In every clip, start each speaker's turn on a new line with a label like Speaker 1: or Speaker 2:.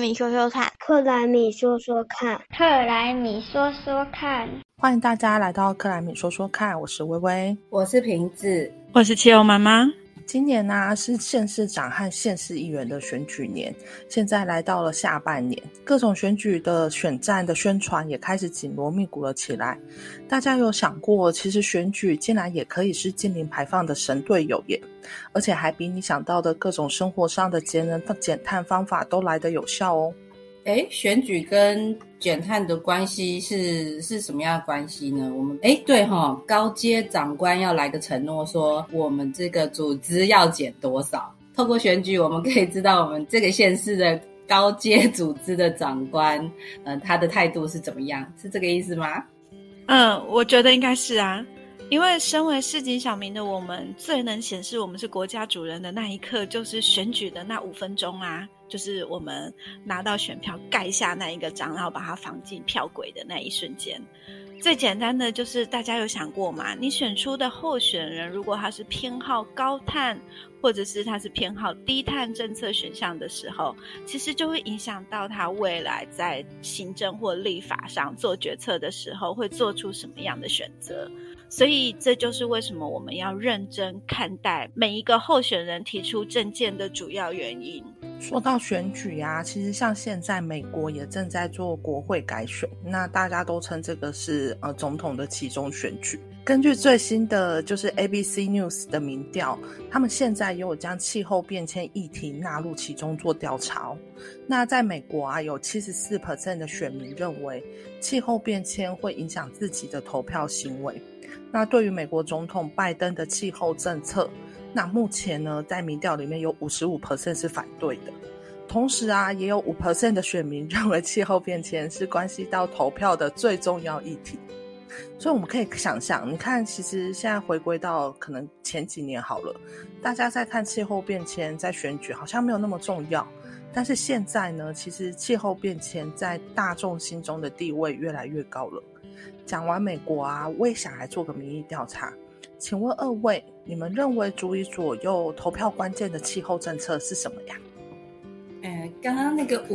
Speaker 1: 米说说看，
Speaker 2: 克莱米说说看，
Speaker 3: 克莱米说说看。
Speaker 4: 欢迎大家来到克莱米说说看，我是薇薇，
Speaker 5: 我是瓶子，
Speaker 1: 我是汽油妈妈。
Speaker 4: 今年是县市长和县市议员的选举年，现在来到了下半年，各种选举的选战的宣传也开始紧锣密鼓了起来。大家有想过，其实选举竟然也可以是净零排放的神队友耶，而且还比你想到的各种生活上的节能减碳方法都来得有效哦。
Speaker 5: 选举跟减碳的关系是什么样的关系呢？我们对高阶长官要来个承诺说我们这个组织要减多少，透过选举我们可以知道我们这个县市的高阶组织的长官他的态度是怎么样，是这个意思吗？
Speaker 1: 我觉得应该是啊，因为身为市井小民的我们，最能显示我们是国家主人的那一刻就是选举的那5分钟啊，就是我们拿到选票盖下那一个章，然后把它放进票轨的那一瞬间。最简单的就是大家有想过吗？你选出的候选人如果他是偏好高碳或者是他是偏好低碳政策选项的时候，其实就会影响到他未来在行政或立法上做决策的时候会做出什么样的选择。所以这就是为什么我们要认真看待每一个候选人提出政见的主要原因。
Speaker 4: 说到选举其实像现在美国也正在做国会改选，那大家都称这个是总统的期中选举。根据最新的就是 ABC News 的民调，他们现在也有将气候变迁议题纳入其中做调查那在美国有 74% 的选民认为气候变迁会影响自己的投票行为。那对于美国总统拜登的气候政策，那目前呢，在民调里面有 55% 是反对的。同时也有 5% 的选民认为气候变迁是关系到投票的最重要议题。所以我们可以想象，你看其实现在回归到可能前几年好了，大家在看气候变迁在选举好像没有那么重要，但是现在呢，其实气候变迁在大众心中的地位越来越高了。讲完美国我也想来做个民意调查，请问二位，你们认为足以左右投票关键的气候政策是什么呀？
Speaker 5: 刚刚那个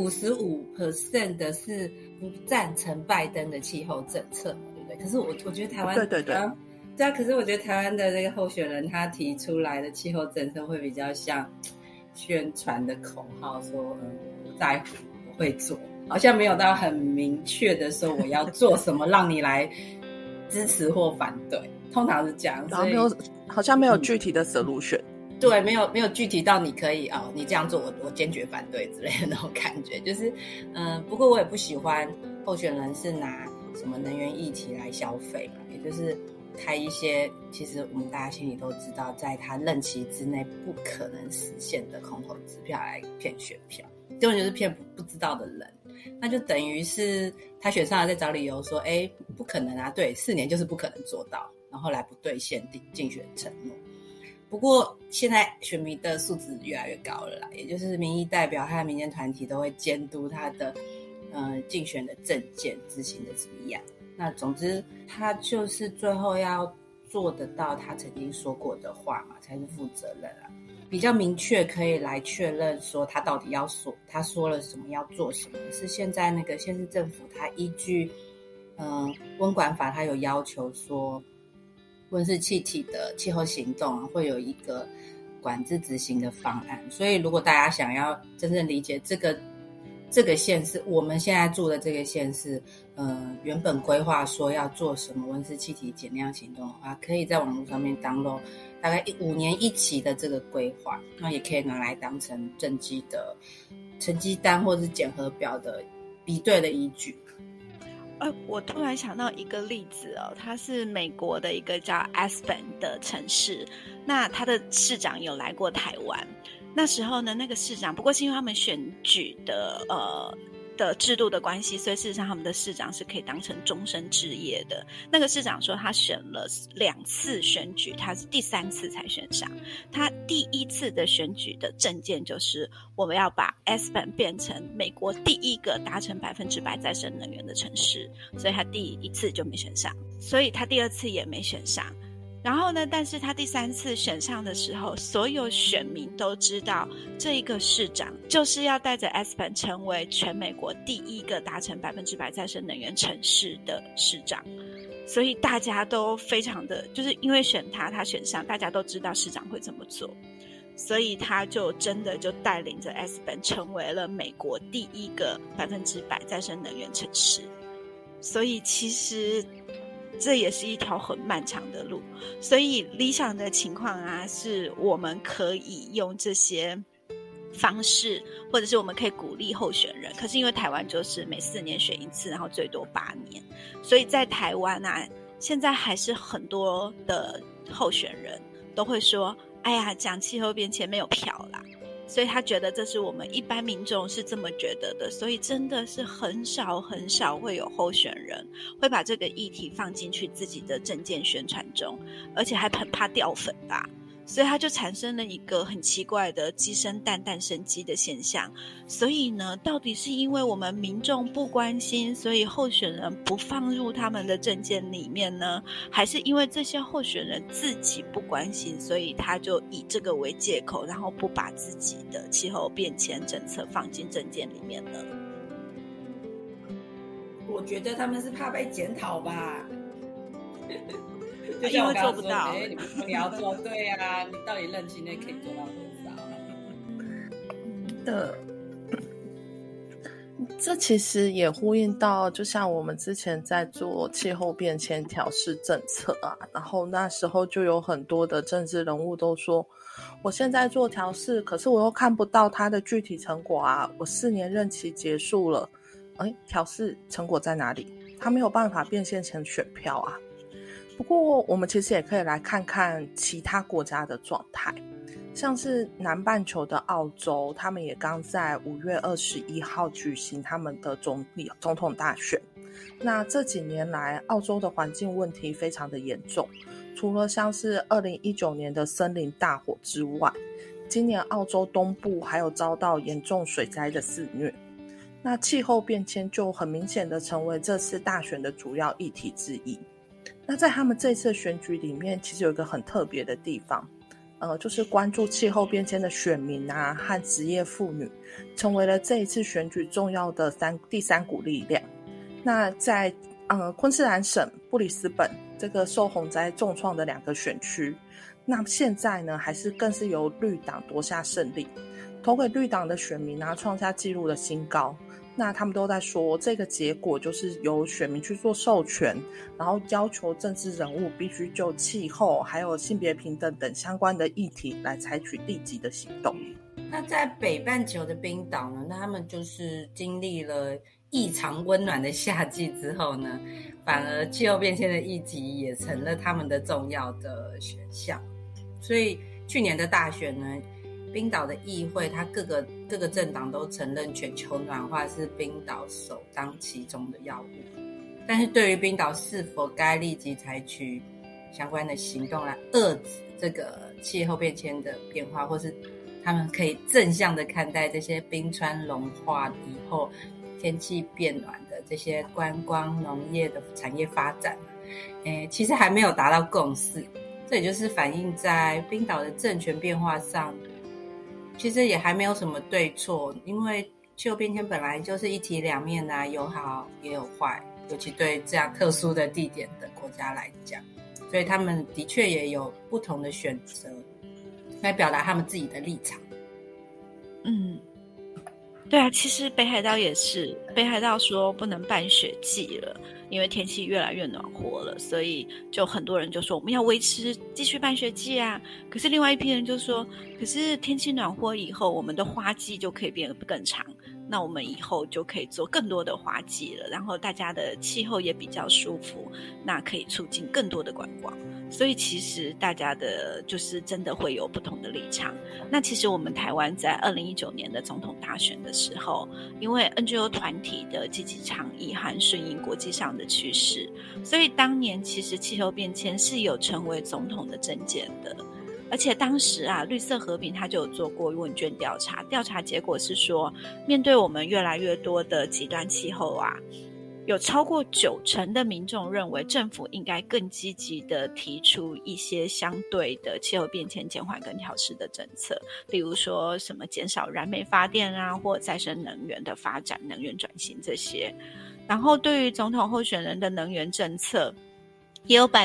Speaker 5: 55% 的是不赞成拜登的气候政策，对不对？可是我觉得台湾
Speaker 4: 对
Speaker 5: 啊，可是我觉得台湾的那个候选人他提出来的气候政策会比较像宣传的口号，说我不在乎，我会做，好像没有到很明确的说我要做什么让你来支持或反对，通常是这样，所以
Speaker 4: 好像没有具体的 solution。
Speaker 5: 对，没有具体到你可以你这样做我坚决反对之类的那种感觉，就是不过我也不喜欢候选人是拿什么能源议题来消费嘛，也就是开一些其实我们大家心里都知道在他任期之内不可能实现的空头支票来骗选票，根本就是骗不知道的人。那就等于是他选上来再找理由说不可能对，4年就是不可能做到，然后来不兑现竞选承诺。不过现在选民的素质越来越高了啦，也就是民意代表和民间团体都会监督他的竞选的政见执行的怎么样。那总之他就是最后要做得到他曾经说过的话嘛，才是负责任啊，比较明确可以来确认说他到底他说了什么要做什么。是现在那个县市政府他依据温管法，他有要求说温室气体的气候行动会有一个管制执行的方案，所以如果大家想要真正理解这个县市，我们现在住的这个县市原本规划说要做什么温室气体减量行动的话，可以在网络上面 download 大概5年1期的这个规划，那也可以拿来当成政绩的成绩单或是检核表的比对的依据。
Speaker 1: 我突然想到一个例子它是美国的一个叫 Aspen 的城市，那他的市长有来过台湾。那时候呢，那个市长不过是因为他们选举的制度的关系，所以事实上他们的市长是可以当成终身职业的。那个市长说他选了2次选举，他是第3次才选上。他第1次的选举的政见就是我们要把 Aspen 变成美国第1个达成100%再生能源的城市，所以他第1次就没选上，所以他第2次也没选上。 然后呢，但是他第3次选上的时候，所有选民都知道这一个市长就是要带着 Aspen 成为全美国第一个达成100%再生能源城市的市长。所以大家都非常的，就是因为选他选上，大家都知道市长会这么做，所以他就真的就带领着 Aspen 成为了美国第一个100%再生能源城市。所以其实这也是一条很漫长的路，所以理想的情况啊，是我们可以用这些方式，或者是我们可以鼓励候选人。可是因为台湾就是每4年选一次，然后最多8年，所以在台湾啊，现在还是很多的候选人都会说，哎呀，讲气候变迁没有票啦。所以他觉得这是我们一般民众是这么觉得的，所以真的是很少很少会有候选人会把这个议题放进去自己的政见宣传中，而且还很怕掉粉吧。所以它就产生了一个很奇怪的鸡生蛋蛋生鸡的现象。所以呢，到底是因为我们民众不关心，所以候选人不放入他们的政见里面呢，还是因为这些候选人自己不关心，所以他就以这个为借口，然后不把自己的气候变迁政策放进政见里面呢？
Speaker 5: 我觉得他们是怕被检讨吧。
Speaker 1: 就因为做不到，
Speaker 5: 你不说你要做，对啊，你到底任期内可以做到多少？
Speaker 4: 这其实也呼应到，就像我们之前在做气候变迁调适政策啊，然后那时候就有很多的政治人物都说，我现在做调适，可是我又看不到它的具体成果啊，我4年任期结束了，调适成果在哪里？它没有办法变现成选票啊。不过我们其实也可以来看看其他国家的状态，像是南半球的澳洲，他们也刚在5月21号举行他们的总统大选。那这几年来，澳洲的环境问题非常的严重，除了像是2019年的森林大火之外，今年澳洲东部还有遭到严重水灾的肆虐。那气候变迁就很明显的成为这次大选的主要议题之一。那在他们这次的选举里面，其实有一个很特别的地方，就是关注气候变迁的选民啊和职业妇女，成为了这一次选举重要的第三股力量。那在昆士兰省布里斯本这个受洪灾重创的2个选区，那现在呢还是更是由绿党夺下胜利，投给绿党的选民啊创下纪录的新高。那他们都在说，这个结果就是由选民去做授权，然后要求政治人物必须就气候还有性别平等等相关的议题来采取立即的行动。
Speaker 5: 那在北半球的冰岛呢，那他们就是经历了异常温暖的夏季之后呢，反而气候变迁的议题也成了他们的重要的选项。所以去年的大选呢，冰岛的议会，它各个政党都承认全球暖化是冰岛首当其冲的要务。但是对于冰岛是否该立即采取相关的行动来遏制这个气候变迁的变化，或是他们可以正向的看待这些冰川融化以后天气变暖的这些观光农业的产业发展，其实还没有达到共识。这也就是反映在冰岛的政权变化上，其实也还没有什么对错，因为气候变迁本来就是一体两面啊，有好也有坏，尤其对这样特殊的地点的国家来讲，所以他们的确也有不同的选择来表达他们自己的立场。
Speaker 1: 对啊，其实北海道也是，北海道说不能办雪季了，因为天气越来越暖和了，所以就很多人就说我们要维持继续办雪季啊。可是另外一批人就说，可是天气暖和以后，我们的花季就可以变得更长，那我们以后就可以做更多的花季了，然后大家的气候也比较舒服，那可以促进更多的观光。所以其实大家的就是真的会有不同的立场。那其实我们台湾在2019年的总统大选的时候，因为 NGO 团体的积极倡议和顺应国际上的趋势，所以当年其实气候变迁是有成为总统的政见的。而且当时啊，绿色和平他就有做过问卷调查，调查结果是说，面对我们越来越多的极端气候啊， 有超过90%的民众认为政府应该更积极的提出一些相对的气候变迁减缓跟调适的政策，例如说什么减少燃煤发电啊，或再生能源的发展、能源转型这些。然后对于总统候选人的能源政策，也有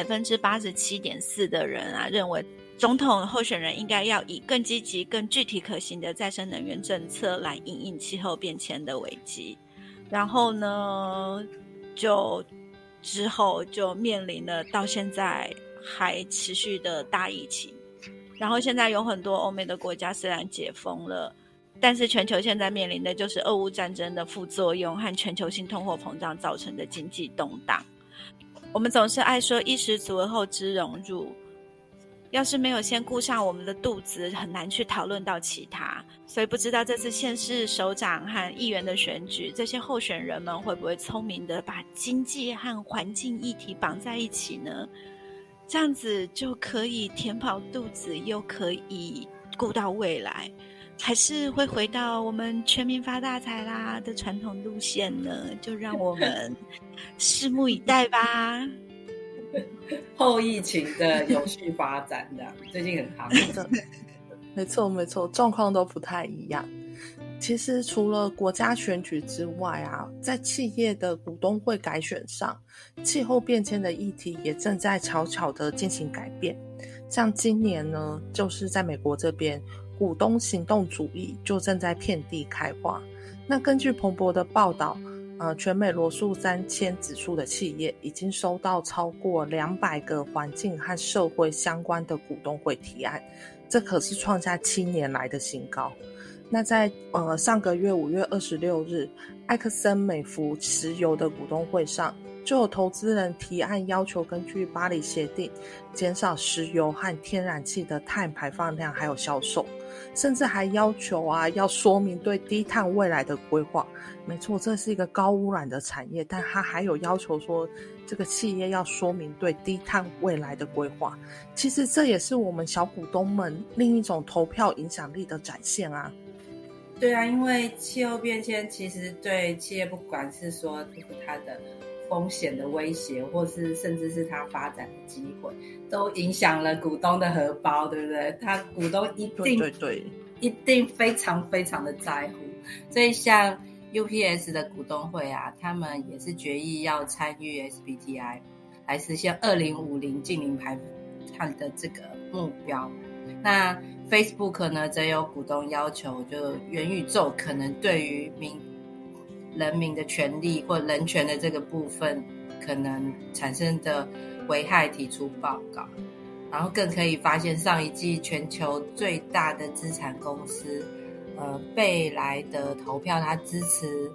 Speaker 1: 87.4% 的人啊认为总统候选人应该要以更积极、更具体可行的再生能源政策来因应气候变迁的危机。然后呢，之后就面临了到现在还持续的大疫情。然后现在有很多欧美的国家虽然解封了，但是全球现在面临的就是俄乌战争的副作用和全球性通货膨胀造成的经济动荡。我们总是爱说衣食足而后知荣辱，要是没有先顾上我们的肚子，很难去讨论到其他。所以不知道这次县市首长和议员的选举，这些候选人们会不会聪明的把经济和环境议题绑在一起呢？这样子就可以填饱肚子，又可以顾到未来，还是会回到我们全民发大财啦的传统路线呢？就让我们拭目以待吧。
Speaker 5: 后疫情的有序发展这样，最近很夯。
Speaker 4: 没错没错，状况都不太一样。其实除了国家选举之外啊，在企业的股东会改选上，气候变迁的议题也正在悄悄的进行改变。像今年呢，就是在美国这边，股东行动主义就正在遍地开花。那根据彭博的报道，全美罗素3000指数的企业已经收到超过200个环境和社会相关的股东会提案，这可是创下7年来的新高。那在上个月5月26日，埃克森美孚石油的股东会上，就有投资人提案要求根据巴黎协定减少石油和天然气的碳排放量还有销售，甚至还要求要说明对低碳未来的规划。没错，这是一个高污染的产业，但它还有要求说这个企业要说明对低碳未来的规划。其实这也是我们小股东们另一种投票影响力的展现啊。
Speaker 5: 对啊，因为气候变迁其实对企业不管是说就是它的风险的威胁，或是甚至是它发展的机会，都影响了股东的荷包，对不对？他股东一定非常非常的在乎。所以像 UPS 的股东会啊，他们也是决议要参与 SBTI 来实现2050净零排放的这个目标。那 Facebook 呢，则有股东要求，就元宇宙可能对于人民的权利或人权的这个部分可能产生的危害提出报告。然后更可以发现，上一季全球最大的资产公司贝莱德投票，他支持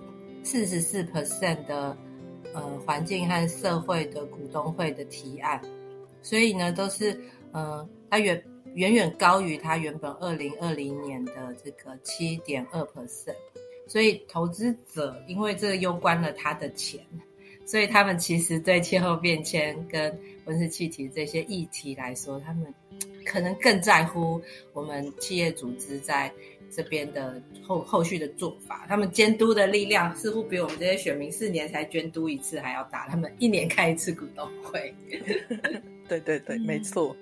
Speaker 5: 44% 的环境和社会的股东会的提案。所以呢，都是它远远高于它原本2020年的这个 7.2%。所以投资者因为这个攸关了他的钱，所以他们其实对气候变迁跟温室气体这些议题来说，他们可能更在乎我们企业组织在这边的后续的做法。他们监督的力量似乎比我们这些选民4年才监督一次还要大，他们1年开一次股东会。
Speaker 4: 对对对，没错。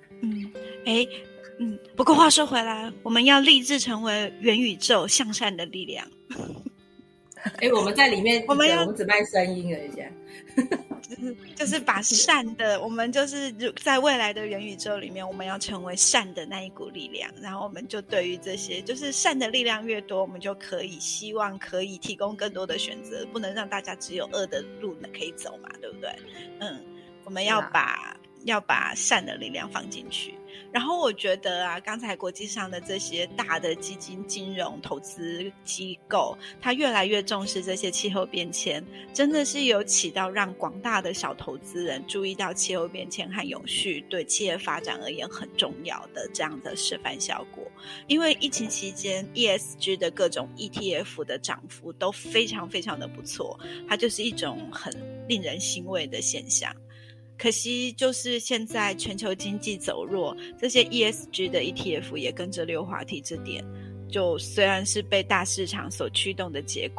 Speaker 1: 不过话说回来，我们要立志成为元宇宙向善的力量。
Speaker 5: 我们在里面，我们只卖声音而已。
Speaker 1: 就是把善的，我们就是在未来的元宇宙里面，我们要成为善的那一股力量。然后我们就对于这些，就是善的力量越多，我们就希望可以提供更多的选择，不能让大家只有恶的路可以走嘛，对不对？我们要把善的力量放进去。然后我觉得刚才国际上的这些大的基金、金融投资机构，它越来越重视这些气候变迁，真的是有起到让广大的小投资人注意到气候变迁和永续对企业发展而言很重要的这样的示范效果。因为疫情期间 ESG 的各种 ETF 的涨幅都非常非常的不错，它就是一种很令人欣慰的现象。可惜就是现在全球经济走弱，这些 ESG 的 ETF 也跟着溜滑梯，这点就虽然是被大市场所驱动的结果，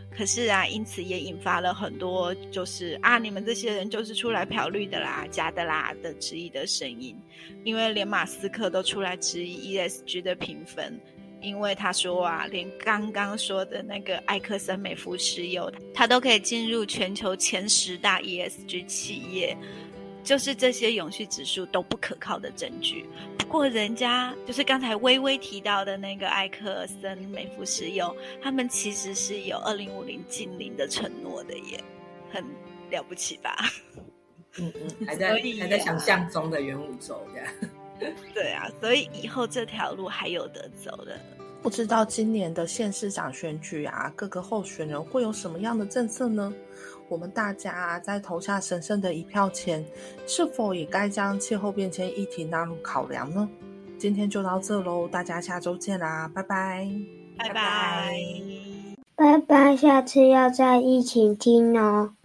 Speaker 1: 可是啊，因此也引发了很多就是你们这些人就是出来漂绿的啦、假的啦的质疑的声音，因为连马斯克都出来质疑 ESG 的评分。因为他说啊，连刚刚说的那个埃克森美孚石油，它都可以进入全球前10大 ESG 企业，就是这些永续指数都不可靠的证据。不过人家就是刚才微微提到的那个埃克森美孚石油，他们其实是有2050净零的承诺的耶，很了不起吧？
Speaker 5: 还在想象中的元宇宙这样。
Speaker 1: 对啊，所以以后这条路还有得走的。
Speaker 4: 不知道今年的县市长选举啊，各个候选人会有什么样的政策呢？我们大家在投下神圣的一票前，是否也该将气候变迁议题纳入考量呢？今天就到这咯，大家下周见啦，拜拜，
Speaker 1: 拜拜，
Speaker 2: 拜拜，下次要再一起听哦。